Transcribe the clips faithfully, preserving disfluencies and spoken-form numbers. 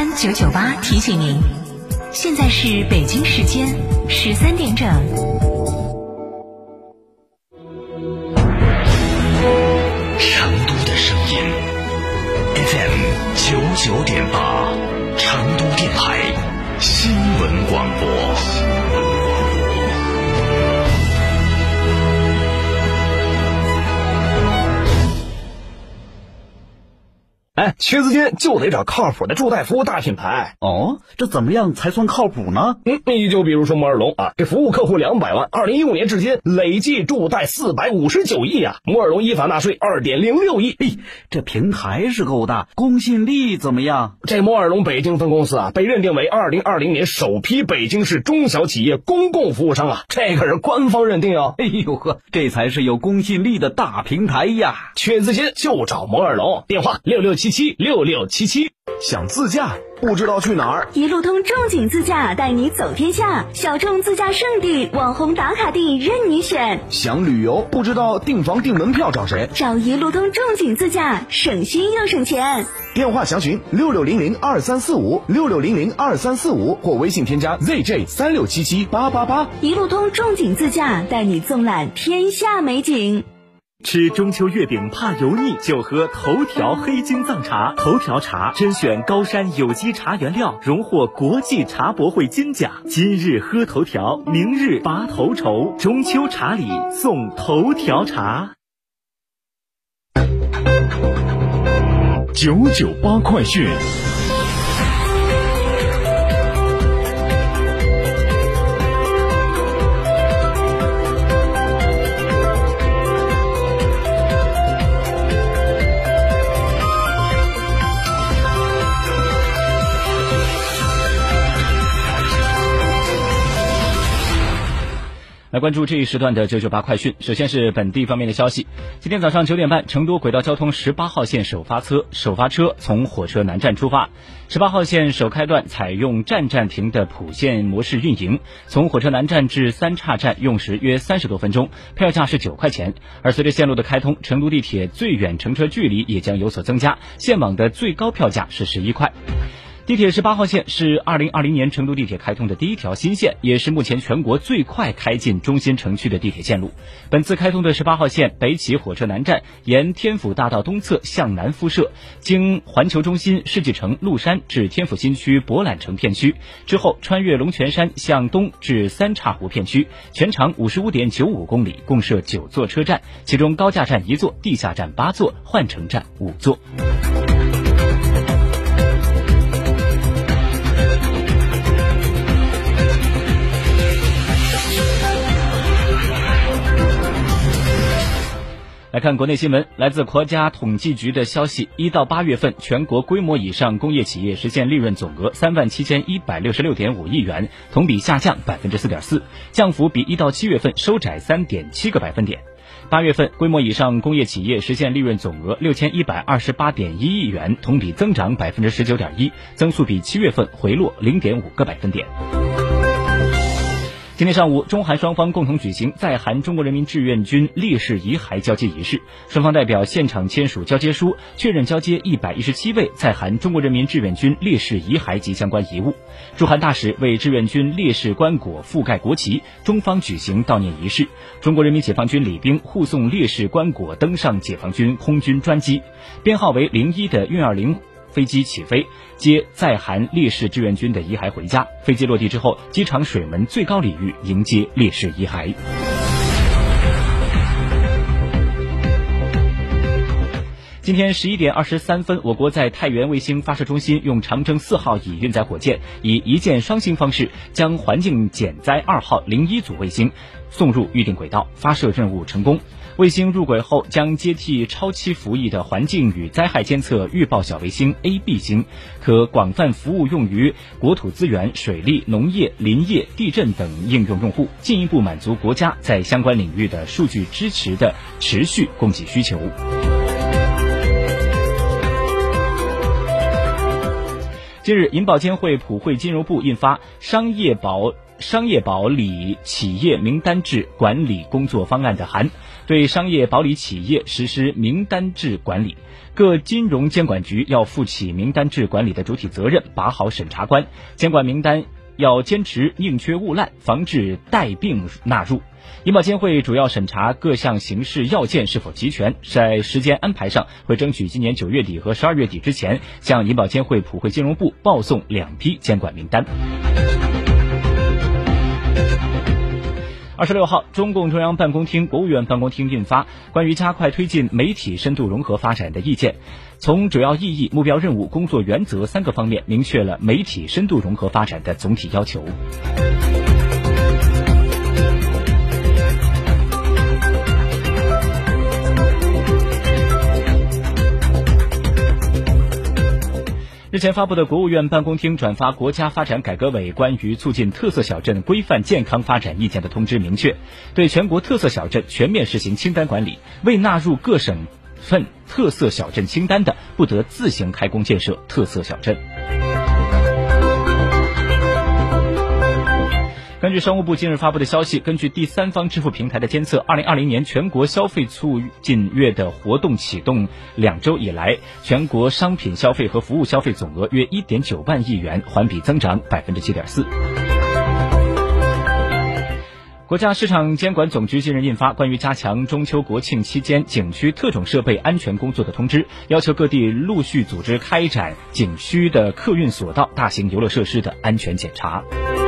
间九九八提醒您，现在是北京时间十三点整。 成都的声音 F M 九九点八，成都电台新闻广播。 哎，缺资金就得找靠谱的助贷服务大品牌。 哦，这怎么样才算靠谱呢？ 嗯，你就比如说摩尔龙啊，这服务客户两百万，二零一五年至今累计助贷四百五十九亿啊，摩尔龙依法纳税二点零六亿。 嘿，这平台是够大，公信力怎么样？ 这摩尔龙北京分公司啊，被认定为二零二零年首批北京市中小企业公共服务商啊，这可是官方认定哦。 哎呦呵，这才是有公信力的大平台呀！ 缺资金就找摩尔龙，电话六六七七六六七七。 想自驾不知道去哪儿？ 一路通众景自驾带你走天下，小众自驾胜地、网红打卡地任你选。 想旅游不知道订房订门票找谁？ 找一路通众景自驾，省心又省钱。 电话详询六六零零二三四五六六零零二三四五或微信添加 Z J 三六七七八八八。 一路通众景自驾带你纵览天下美景。 吃中秋月饼怕油腻，就喝头条黑金藏茶。头条茶甄选高山有机茶原料，荣获国际茶博会金奖。今日喝头条，明日拔头筹。中秋茶礼送头条茶。 九九八快讯。 来关注这一时段的九九八快讯。首先是本地方面的消息，今天早上九点半，成都轨道交通十八号线首发车首发车从火车南站出发。十八号线首开段采用站站停的普线模式运营，从火车南站至三岔站用时约三十多分钟，票价是九块钱。而随着线路的开通，成都地铁最远乘车距离也将有所增加，线网的最高票价是十一块。地铁十八号线是二零二零年成都地铁开通的第一条新线，也是目前全国最快开进中心城区的地铁线路。本次开通的十八号线北起火车南站，沿天府大道东侧向南辐射，经环球中心、世纪城、麓山至天府新区博览城片区，之后穿越龙泉山向东至三岔湖片区，全长五十五点九五公里，共设九座车站，其中高架站一座，地下站八座，换乘站五座。来看国内新闻，来自国家统计局的消息，一到八月份，全国规模以上工业企业实现利润总额三万七千一百六十六点五亿元，同比下降百分之四点四，降幅比一到七月份收窄三点七个百分点。八月份，规模以上工业企业实现利润总额六千一百二十八点一亿元，同比增长百分之十九点一，增速比七月份回落零点五个百分点。今天上午，中韩双方共同举行在韩中国人民志愿军烈士遗骸交接仪式，双方代表现场签署交接书，确认交接一百一十七位在韩中国人民志愿军烈士遗骸及相关遗物。驻韩大使为志愿军烈士棺椁覆盖国旗，中方举行悼念仪式。中国人民解放军礼兵护送烈士棺椁登上解放军空军专机，编号为零一的运二零飞机起飞，接在韩烈士志愿军的遗骸回家。飞机落地之后，机场水门最高礼遇迎接烈士遗骸。今天十一点二十三分，我国在太原卫星发射中心用长征四号乙运载火箭以一箭双星方式将环境减灾二号零一组卫星送入预定轨道，发射任务成功。卫星入轨后将接替超期服役的环境与灾害监测预报小卫星 A B 星，可广泛服务用于国土资源、水利、农业、林业、地震等应用用户，进一步满足国家在相关领域的数据支持的持续供给需求。近日，银保监会普惠金融部印发《商业保商业保理企业名单制管理工作方案》的函， 对商业保理企业实施名单制管理。各金融监管局要负起名单制管理的主体责任，把好审查关。监管名单要坚持宁缺毋滥，防止带并纳入。银保监会主要审查各项形式要件是否齐全，在时间安排上会争取今年九月底和十二月底之前向银保监会普惠金融部报送两批监管名单。二十六号，中共中央办公厅、国务院办公厅印发关于加快推进媒体深度融合发展的意见，从主要意义、目标任务、工作原则三个方面明确了媒体深度融合发展的总体要求。日前发布的国务院办公厅转发国家发展改革委关于促进特色小镇规范健康发展意见的通知明确，对全国特色小镇全面实行清单管理，未纳入各省份特色小镇清单的，不得自行开工建设特色小镇。根据商务部近日发布的消息，根据第三方支付平台的监测，二零二零年全国消费促进月的活动启动两周以来，全国商品消费和服务消费总额约 一点九万亿元，环比增长 百分之七点四。国家市场监管总局近日印发关于加强中秋国庆期间景区特种设备安全工作的通知，要求各地陆续组织开展景区的客运索道、大型游乐设施的安全检查。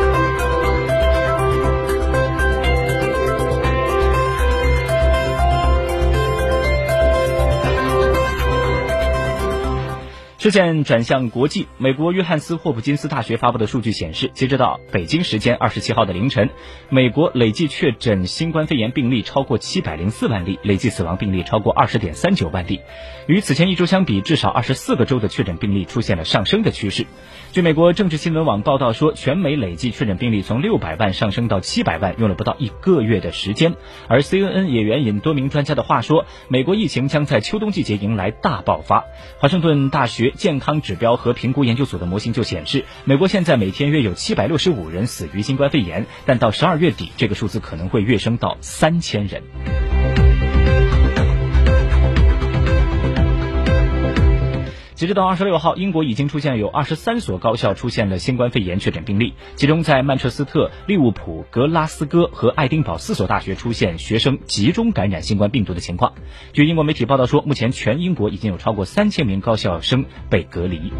事件转向国际，美国约翰斯霍普金斯大学发布的数据显示，截止到北京时间二十七号的凌晨，美国累计确诊新冠肺炎病例超过七百零四万例，累计死亡病例超过 二十点三九万例。与此前一周相比，至少二十四个州的确诊病例出现了上升的趋势。据美国政治新闻网报道说，全美累计确诊病例从六百万上升到七百万，用了不到一个月的时间。而 C N N 也援引多名专家的话说，美国疫情将在秋冬季节迎来大爆发。华盛顿大学健康指标和评估研究所的模型就显示，美国现在每天约有七百六十五人死于新冠肺炎，但到十二月底，这个数字可能会跃升到三千人。截止到二十六号，英国已经出现有二十三所高校出现了新冠肺炎确诊病例，其中在曼彻斯特、利物浦、格拉斯哥和爱丁堡四所大学出现学生集中感染新冠病毒的情况。据英国媒体报道说，目前全英国已经有超过三千名高校生被隔离。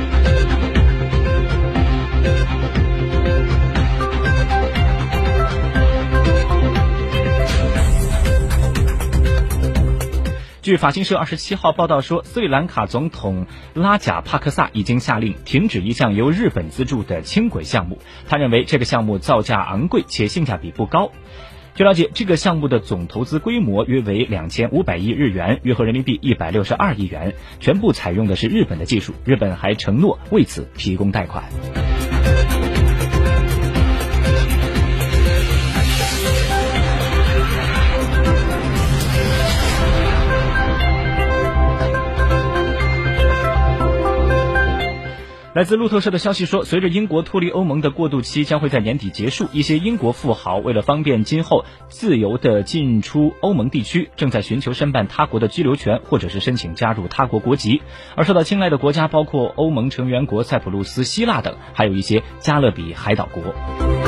据法新社二十七号报道说，斯里兰卡总统拉贾帕克萨已经下令停止一项由日本资助的轻轨项目，他认为这个项目造价昂贵且性价比不高。据了解，这个项目的总投资规模约为两千五百亿日元，约合人民币一百六十二亿元，全部采用的是日本的技术，日本还承诺为此提供贷款。来自路透社的消息说，随着英国脱离欧盟的过渡期将会在年底结束，一些英国富豪为了方便今后自由地进出欧盟地区，正在寻求申办他国的居留权，或者是申请加入他国国籍。而受到青睐的国家包括欧盟成员国塞浦路斯、希腊等，还有一些加勒比海岛国。